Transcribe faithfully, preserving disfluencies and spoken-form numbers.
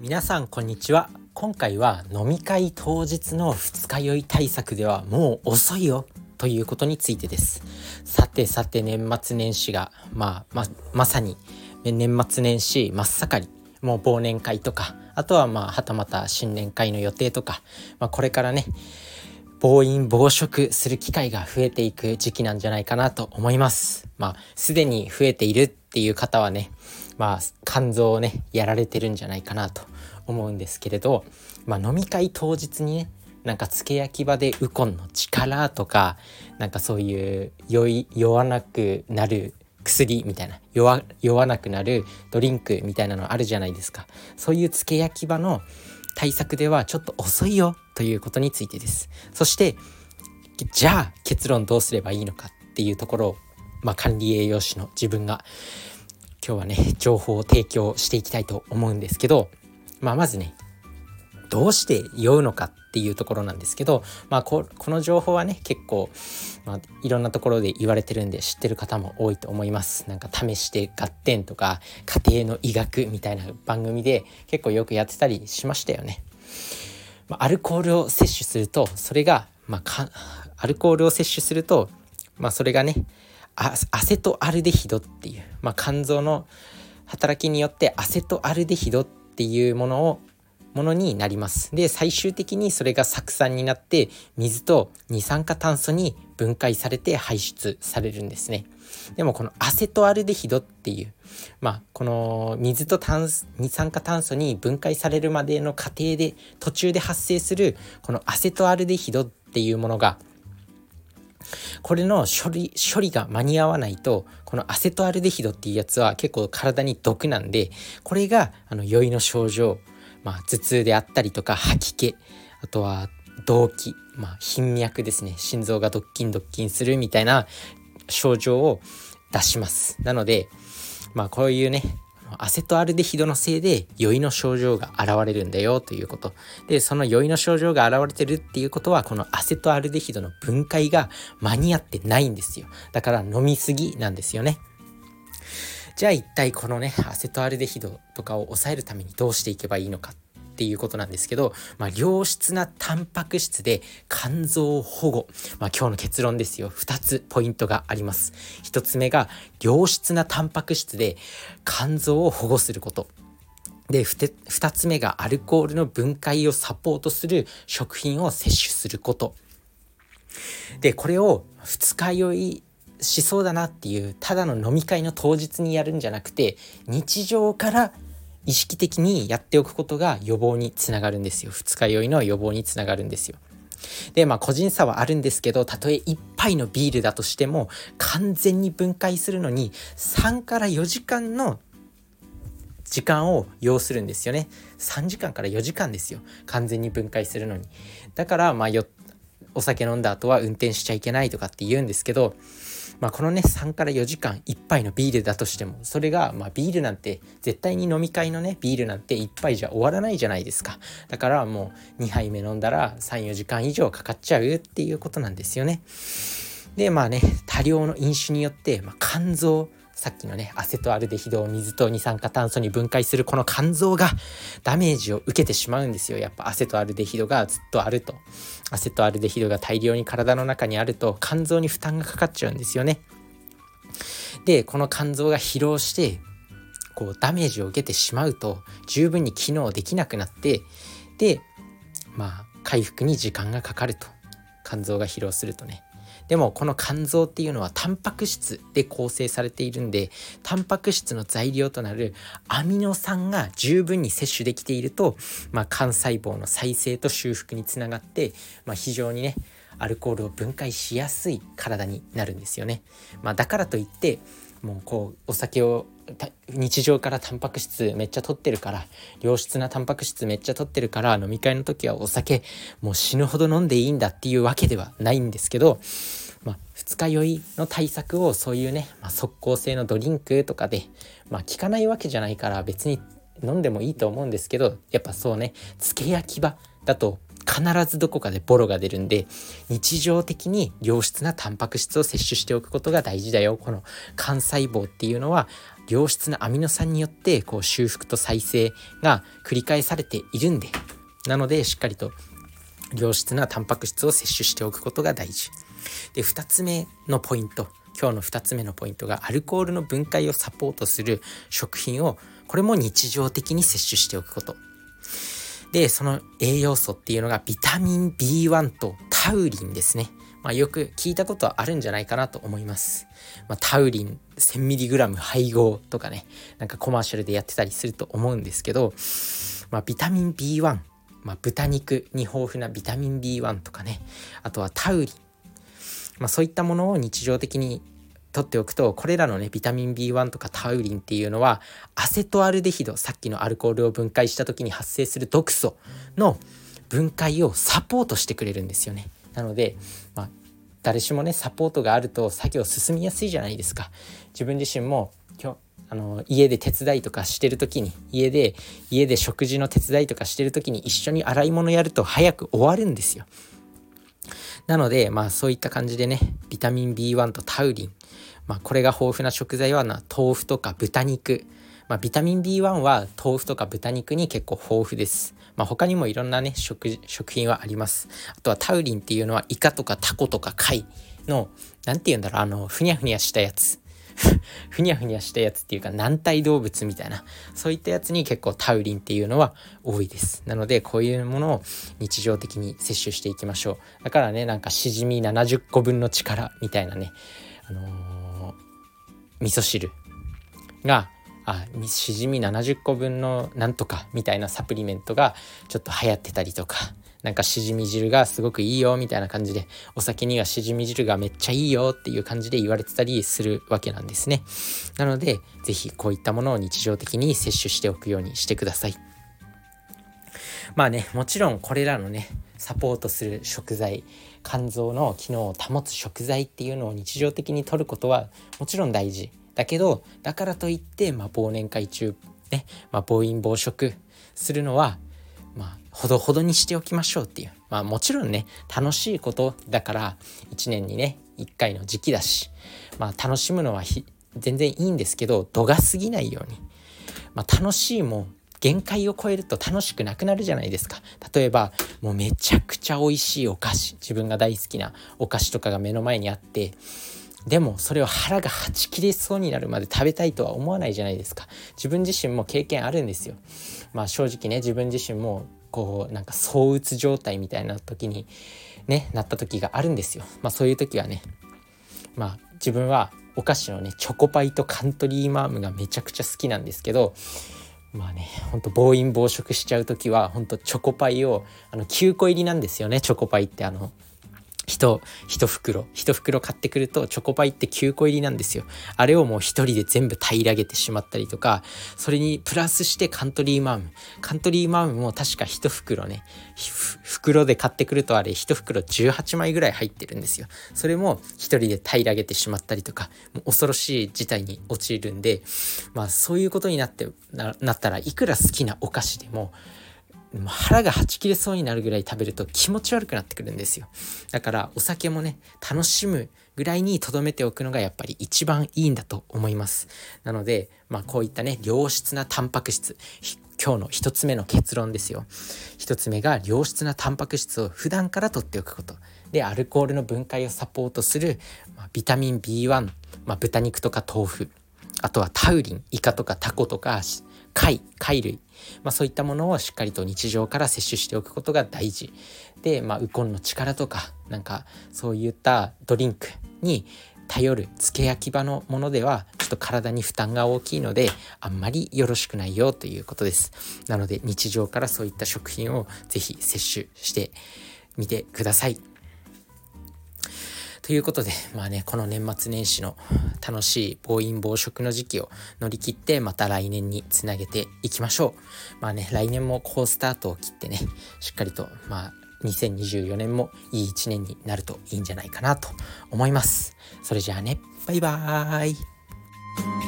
皆さんこんにちは。今回は飲み会当日の二日酔い対策ではもう遅いよということについてです。さてさて年末年始が、まあ、ままさに年末年始真っ盛り、もう忘年会とか、あとはまあはたまた新年会の予定とか、まあ、これからね暴飲暴食する機会が増えていく時期なんじゃないかなと思います。まあすでに増えているっていう方はね、まあ肝臓をねやられてるんじゃないかなと思うんですけれど、まあ飲み会当日にね、なんか付け焼き場でウコンの力とか、なんかそういう酔い酔わなくなる薬みたいな、酔わ酔わなくなるドリンクみたいなのあるじゃないですか。そういう付け焼き場の対策ではちょっと遅いよということについてです。そしてじゃあ結論どうすればいいのかっていうところを、まあ、管理栄養士の自分が今日はね情報を提供していきたいと思うんですけど、まあ、まずねどうして酔うのかっていうところなんですけど、まあ、こ, この情報はね結構、まあ、いろんなところで言われてるんで知ってる方も多いと思います。なんか試して合点とか家庭の医学みたいな番組で結構よくやってたりしましたよね。まあ、アルコールを摂取するとそれが、まあ、かアルコールを摂取すると、まあ、それがねアセトアルデヒドっていう、まあ、肝臓の働きによってアセトアルデヒドっていうものをものになります。で、最終的にそれが酢酸になって水と二酸化炭素に分解されて排出されるんですね。でもこのアセトアルデヒドっていう、まあこの水と炭二酸化炭素に分解されるまでの過程で途中で発生するこのアセトアルデヒドっていうものが、これの処理処理が間に合わないと、このアセトアルデヒドっていうやつは結構体に毒なんで、これがあの酔いの症状、まあ、頭痛であったりとか吐き気、あとは動悸、まあ、頻脈ですね、心臓がドッキンドッキンするみたいな症状を出します。なので、まあ、こういうねアセトアルデヒドのせいで酔いの症状が現れるんだよということで、その酔いの症状が現れてるっていうことは、このアセトアルデヒドの分解が間に合ってないんですよ。だから飲みすぎなんですよね。じゃあ一体このねアセトアルデヒドとかを抑えるためにどうしていけばいいのかっていうことなんですけど、まあ、良質なタンパク質で肝臓保護、まあ、今日の結論ですよ。ふたつポイントがあります。ひとつめが良質なタンパク質で肝臓を保護することで、ふたつめがアルコールの分解をサポートする食品を摂取することで、これを二日酔いしそうだなっていうただの飲み会の当日にやるんじゃなくて、日常から意識的にやっておくことが予防につながるんですよ。二日酔いの予防につながるんですよ。で、まあ個人差はあるんですけど、たとえ一杯のビールだとしても完全に分解するのにさんからよじかんの時間を要するんですよね。さんじかんからよじかんですよ、完全に分解するのに。だからまあよお酒飲んだ後は運転しちゃいけないとかって言うんですけど、まあ、このねさんからよじかんいっぱいのビールだとしても、それがまあビールなんて絶対に飲み会のねビールなんていっぱいじゃ終わらないじゃないですか。だからもうにはいめ飲んだらさんよじかん以上かかっちゃうっていうことなんですよね。でまあね多量の飲酒によって、まあ、肝臓、さっきのねアセトアルデヒドを水と二酸化炭素に分解するこの肝臓がダメージを受けてしまうんですよ。やっぱアセトアルデヒドがずっとあると、アセトアルデヒドが大量に体の中にあると肝臓に負担がかかっちゃうんですよね。でこの肝臓が疲労してこうダメージを受けてしまうと十分に機能できなくなって、でまあ回復に時間がかかると、肝臓が疲労するとね。でもこの肝臓っていうのはタンパク質で構成されているんで、タンパク質の材料となるアミノ酸が十分に摂取できていると、まあ、肝細胞の再生と修復につながって、まあ、非常にねアルコールを分解しやすい体になるんですよね。まあ、だからといってもうこうお酒を日常からタンパク質めっちゃ取ってるから、良質なタンパク質めっちゃ取ってるから飲み会の時はお酒もう死ぬほど飲んでいいんだっていうわけではないんですけど、まあ、二日酔いの対策をそういうね、まあ、即効性のドリンクとかで、まあ、効かないわけじゃないから別に飲んでもいいと思うんですけど、やっぱそうね付け焼き場だと必ずどこかでボロが出るんで、日常的に良質なタンパク質を摂取しておくことが大事だよ。この幹細胞っていうのは良質なアミノ酸によってこう修復と再生が繰り返されているんで、なのでしっかりと良質なタンパク質を摂取しておくことが大事で、ふたつめのポイント、今日のふたつめのポイントがアルコールの分解をサポートする食品をこれも日常的に摂取しておくことで、その栄養素っていうのがビタミン ビーワン とタウリンですね。まあ、よく聞いたことはあるんじゃないかなと思います。まあ、タウリン せんミリグラム 配合とかね、なんかコマーシャルでやってたりすると思うんですけど、まあ、ビタミン ビーワン、まあ、豚肉に豊富なビタミン ビーワン とかね、あとはタウリン、まあ、そういったものを日常的に取っておくと、これらのねビタミン ビーワン とかタウリンっていうのはアセトアルデヒド、さっきのアルコールを分解した時に発生する毒素の分解をサポートしてくれるんですよね。なので、まあ、誰しもねサポートがあると作業進みやすいじゃないですか。自分自身も今日あの家で手伝いとかしてる時に家で家で食事の手伝いとかしてる時に一緒に洗い物やると早く終わるんですよ。なので、まあそういった感じでね、ビタミン ビーワン とタウリン、まあこれが豊富な食材はな豆腐とか豚肉、まあビタミン ビーワン は豆腐とか豚肉に結構豊富です。まあ他にもいろんなね 食, 食品はあります。あとはタウリンっていうのはイカとかタコとか貝のなんていうんだろう、あのふにゃふにゃしたやつふにゃふにゃしたやつっていうか軟体動物みたいな、そういったやつに結構タウリンっていうのは多いです。なのでこういうものを日常的に摂取していきましょう。だからね、なんかしじみななじゅっこぶんの力みたいなね、あのー、味噌汁があしじみななじゅっこぶんのなんとかみたいなサプリメントがちょっと流行ってたりとか、なんかしじみ汁がすごくいいよみたいな感じで、お酒にはしじみ汁がめっちゃいいよっていう感じで言われてたりするわけなんですね。なのでぜひこういったものを日常的に摂取しておくようにしてください。まあね、もちろんこれらのねサポートする食材、肝臓の機能を保つ食材っていうのを日常的に摂ることはもちろん大事だけど、だからといって、まあ、忘年会中ね、まあ、暴飲暴食するのはまあほどほどにしておきましょうっていう、まあもちろんね楽しいことだからいちねんにねいっかいの時期だし、まあ楽しむのはひ全然いいんですけど、度が過ぎないように、まあ楽しいも限界を超えると楽しくなくなるじゃないですか。例えばもうめちゃくちゃ美味しいお菓子、自分が大好きなお菓子とかが目の前にあって、でもそれを腹がはち切れそうになるまで食べたいとは思わないじゃないですか。自分自身も経験あるんですよ。まあ正直ね、自分自身もこうなんか躁うつ状態みたいな時にねなった時があるんですよ。まあそういう時はね、まあ自分はお菓子のねチョコパイとカントリーマームがめちゃくちゃ好きなんですけど、まあねほんと暴飲暴食しちゃう時はほんとチョコパイをあのきゅうこ入りなんですよね。チョコパイってあの一一袋一袋買ってくるとチョコパイってきゅうこ入りなんですよ。あれをもう一人で全部平らげてしまったりとか、それにプラスしてカントリーマームカントリーマームも確か一袋ね袋で買ってくるとあれ一袋じゅうはちまいぐらい入ってるんですよ。それも一人で平らげてしまったりとか、もう恐ろしい事態に陥るんで、まあそういうことになって な, なったらいくら好きなお菓子でも腹がはち切れそうになるぐらい食べると気持ち悪くなってくるんですよ。だからお酒もね楽しむぐらいに留めておくのがやっぱり一番いいんだと思います。なのでまあこういったね良質なタンパク質、今日の一つ目の結論ですよ。一つ目が良質なタンパク質を普段から取っておくことで、アルコールの分解をサポートする、まあ、ビタミン ビーワン、まあ、豚肉とか豆腐、あとはタウリン、イカとかタコとか貝、貝類、まあ、そういったものをしっかりと日常から摂取しておくことが大事で、まあ、ウコンの力とかなんかそういったドリンクに頼る漬け焼き場のものではちょっと体に負担が大きいのであんまりよろしくないよということです。なので日常からそういった食品をぜひ摂取してみてください。ということで、まあね、この年末年始の楽しい暴飲暴食の時期を乗り切ってまた来年につなげていきましょう。まあね、来年も好スタートを切ってね、しっかりとまあにせんにじゅうよねんもいいいちねんになるといいんじゃないかなと思います。それじゃあね、バイバーイ。